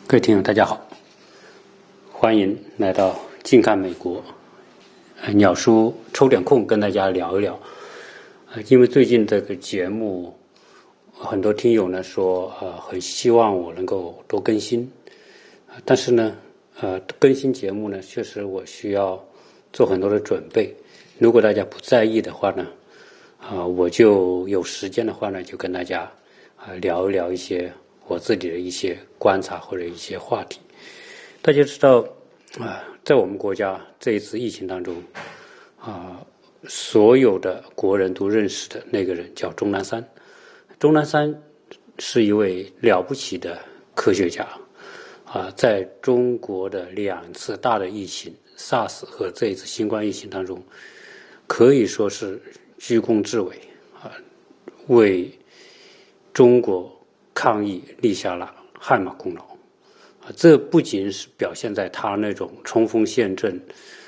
各位听友大家好，欢迎来到近看美国。鸟叔抽点空跟大家聊一聊。因为最近这个节目，很多听友呢说很希望我能够多更新，但是呢更新节目呢确实我需要做很多的准备。如果大家不在意的话呢，我就有时间的话呢就跟大家聊一聊一些我自己的一些观察或者一些话题。大家知道在我们国家这一次疫情当中所有的国人都认识的那个人叫钟南山。钟南山是一位了不起的科学家在中国的2次大的疫情 SARS 和这一次新冠疫情当中，可以说是居功至伟为中国抗疫立下了汗马功劳这不仅是表现在他那种冲锋陷阵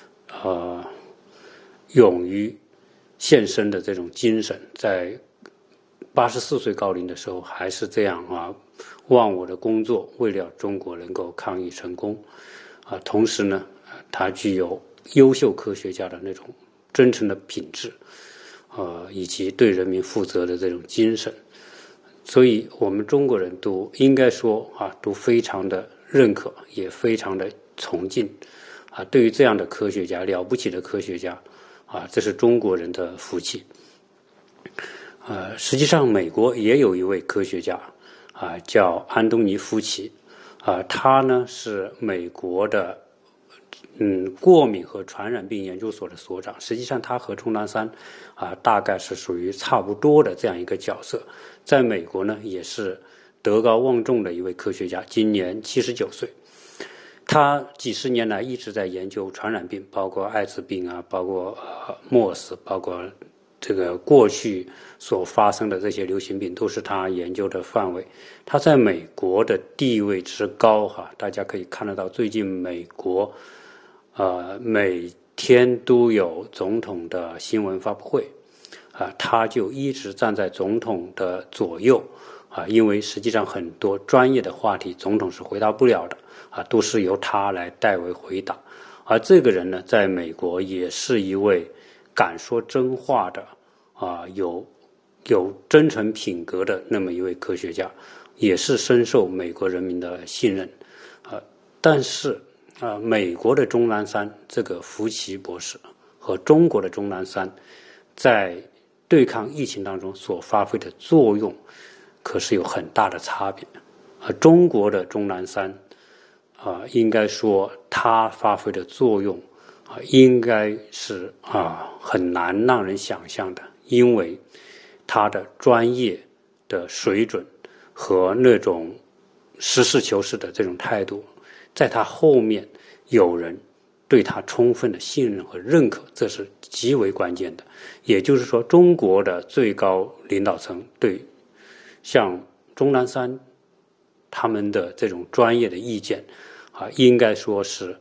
勇于献身的这种精神，在84岁高龄的时候还是这样忘我的工作，为了中国能够抗疫成功同时呢他具有优秀科学家的那种真诚的品质以及对人民负责的这种精神。所以我们中国人都应该说都非常的认可，也非常的崇敬对于这样的科学家，了不起的科学家这是中国人的福气实际上美国也有一位科学家叫安东尼夫奇他呢是美国的过敏和传染病研究所的所长。实际上他和钟南山大概是属于差不多的这样一个角色，在美国呢也是德高望重的一位科学家，今年79岁。他几十年来一直在研究传染病，包括艾滋病包括MERS，包括这个过去所发生的这些流行病都是他研究的范围。他在美国的地位之高大家可以看得到，最近美国每天都有总统的新闻发布会他就一直站在总统的左右因为实际上很多专业的话题总统是回答不了的都是由他来代为回答。而这个人呢在美国也是一位敢说真话的有真诚品格的那么一位科学家，也是深受美国人民的信任但是美国的钟南山这个福奇博士和中国的钟南山在对抗疫情当中所发挥的作用可是有很大的差别中国的钟南山应该说他发挥的作用应该是很难让人想象的，因为他的专业的水准和那种实事求是的这种态度，在他后面有人对他充分的信任和认可，这是极为关键的。也就是说，中国的最高领导层对像钟南山他们的这种专业的意见应该说是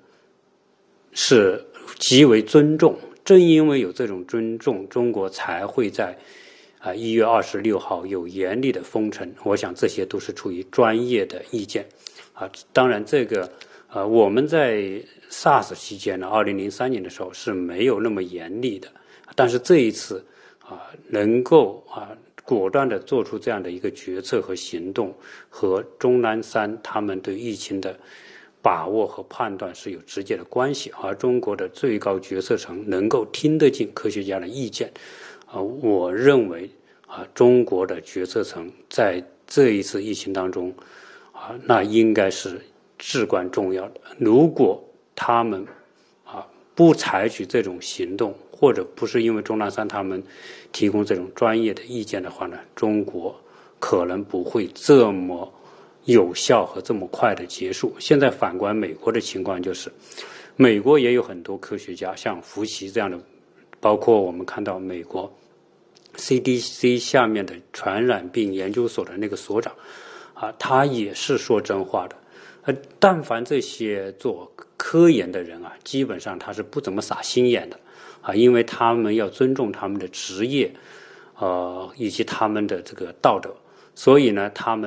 极为尊重。正因为有这种尊重，中国才会在1月26号有严厉的封城。我想这些都是出于专业的意见当然这个我们在 SARS 期间呢2003年的时候是没有那么严厉的，但是这一次能够果断地做出这样的一个决策和行动，和钟南山他们对疫情的把握和判断是有直接的关系。而中国的最高决策层能够听得进科学家的意见我认为中国的决策层在这一次疫情当中那应该是至关重要的。如果他们不采取这种行动，或者不是因为钟南山他们提供这种专业的意见的话呢，中国可能不会这么有效和这么快的结束。现在反观美国的情况就是，美国也有很多科学家，像福奇这样的，包括我们看到美国 CDC 下面的传染病研究所的那个所长他也是说真话的。但凡这些做科研的人基本上他是不怎么撒心眼的因为他们要尊重他们的职业以及他们的这个道德，所以呢他们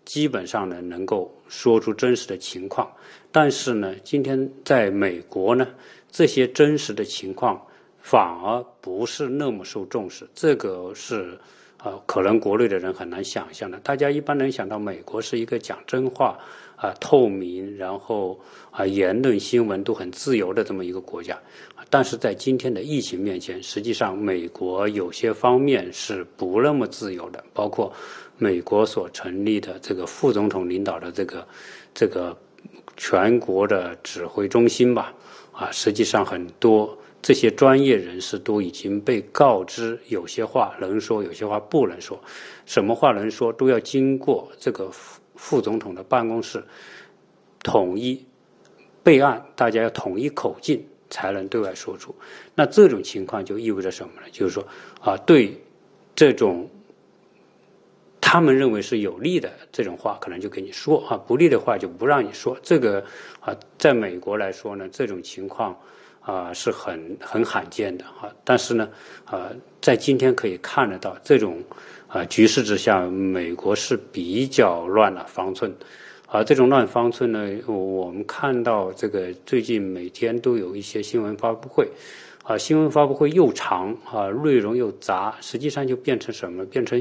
基本上呢能够说出真实的情况。但是呢，今天在美国呢，这些真实的情况反而不是那么受重视，这个是可能国内的人很难想象的。大家一般能想到美国是一个讲真话透明，然后言论新闻都很自由的这么一个国家。但是在今天的疫情面前，实际上美国有些方面是不那么自由的，包括美国所成立的这个副总统领导的这个全国的指挥中心吧，实际上很多这些专业人士都已经被告知，有些话能说，有些话不能说，什么话能说都要经过这个副总统的办公室统一备案，大家要统一口径才能对外说出。那这种情况就意味着什么呢？就是说对这种他们认为是有利的这种话可能就给你说不利的话就不让你说。这个在美国来说呢，这种情况是很罕见的但是呢在今天可以看得到，这种局势之下，美国是比较乱了方寸。这种乱方寸呢，我们看到这个最近每天都有一些新闻发布会新闻发布会又长内容又杂，实际上就变成什么？变成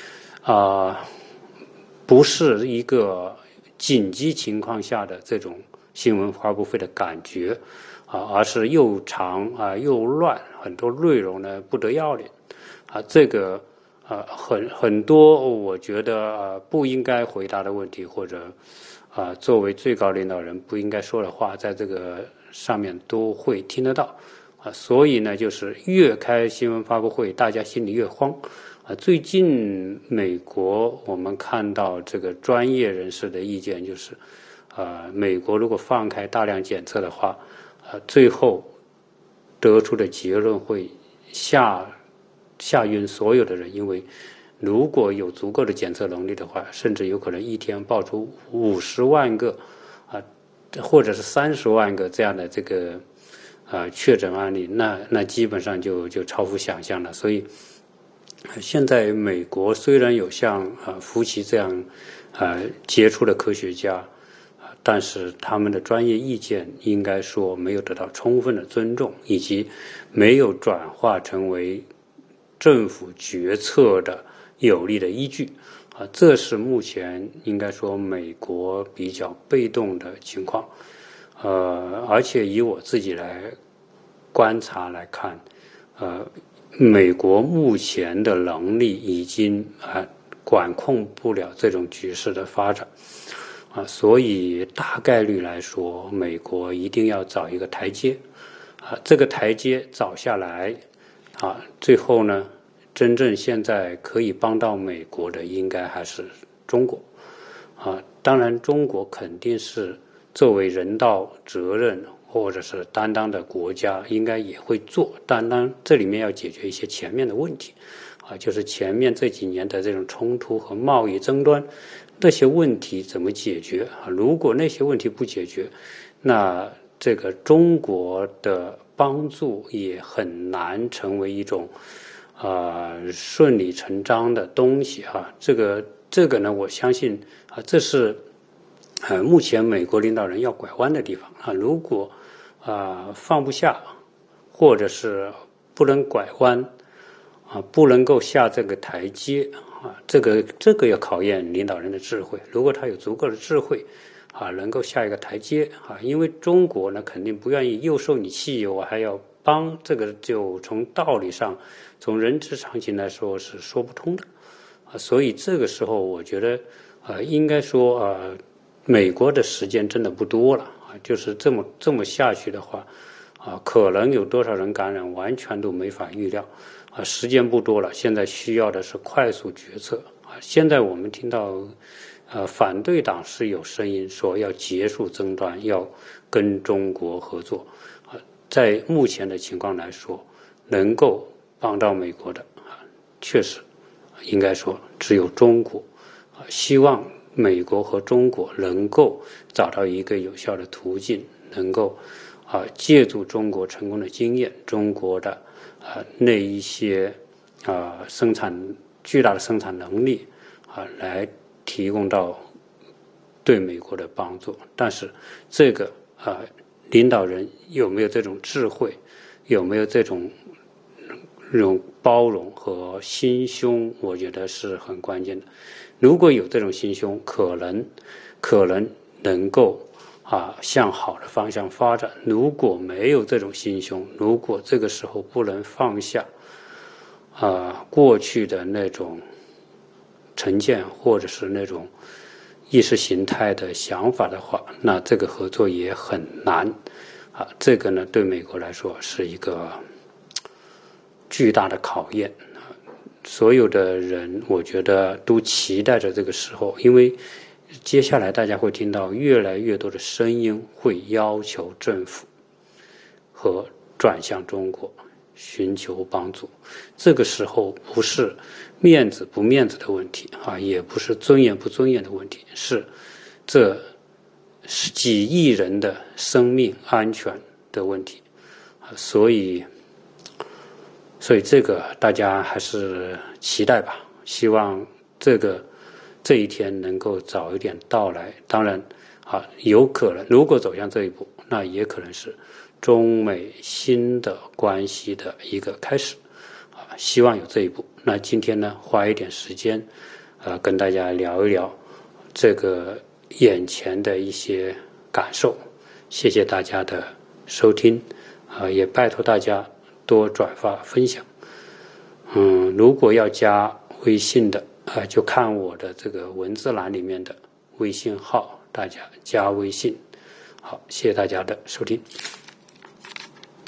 不是一个紧急情况下的这种新闻发布会的感觉而是又长又乱，很多内容呢不得要领这个很多我觉得不应该回答的问题，或者作为最高领导人不应该说的话，在这个上面都会听得到所以呢，就是越开新闻发布会，大家心里越慌最近美国我们看到这个专业人士的意见就是美国如果放开大量检测的话最后得出的结论会吓晕所有的人，因为如果有足够的检测能力的话，甚至有可能一天爆出50万个或者是30万个这样的这个确诊案例，那基本上就超乎想象了。所以现在美国虽然有像福奇这样杰出的科学家但是他们的专业意见应该说没有得到充分的尊重，以及没有转化成为政府决策的有力的依据这是目前应该说美国比较被动的情况而且以我自己来观察来看美国目前的能力已经管控不了这种局势的发展所以大概率来说，美国一定要找一个台阶这个台阶找下来最后呢，真正现在可以帮到美国的应该还是中国当然中国肯定是作为人道责任或者是担当的国家应该也会做，当然这里面要解决一些前面的问题就是前面这几年的这种冲突和贸易争端那些问题怎么解决如果那些问题不解决，那这个中国的帮助也很难成为一种顺理成章的东西这个呢，我相信这是目前美国领导人要拐弯的地方如果放不下，或者是不能拐弯不能够下这个台阶这个要考验领导人的智慧。如果他有足够的智慧能够下一个台阶因为中国呢肯定不愿意又受你气，我还要帮，这个就从道理上从人之常情来说是说不通的所以这个时候我觉得应该说美国的时间真的不多了就是这么下去的话可能有多少人感染完全都没法预料时间不多了，现在需要的是快速决策现在我们听到反对党是有声音说要结束争端，要跟中国合作在目前的情况来说，能够帮到美国的确实应该说只有中国希望美国和中国能够找到一个有效的途径，能够借助中国成功的经验，中国的那一些巨大的生产能力来提供到对美国的帮助。但是这个领导人有没有这种智慧，有没有这种包容和心胸，我觉得是很关键的。如果有这种心胸，可能能够向好的方向发展。如果没有这种心胸，如果这个时候不能放下过去的那种成见或者是那种意识形态的想法的话，那这个合作也很难这个呢对美国来说是一个巨大的考验。所有的人我觉得都期待着这个时候，因为接下来大家会听到越来越多的声音会要求政府和转向中国寻求帮助。这个时候不是面子不面子的问题也不是尊严不尊严的问题，是这几亿人的生命安全的问题。所以这个大家还是期待吧，希望这一天能够早一点到来。当然有可能如果走向这一步，那也可能是中美新的关系的一个开始希望有这一步。那今天呢，花一点时间跟大家聊一聊这个眼前的一些感受。谢谢大家的收听也拜托大家多转发分享。如果要加微信的就看我的这个文字栏里面的微信号，大家加微信。好，谢谢大家的收听。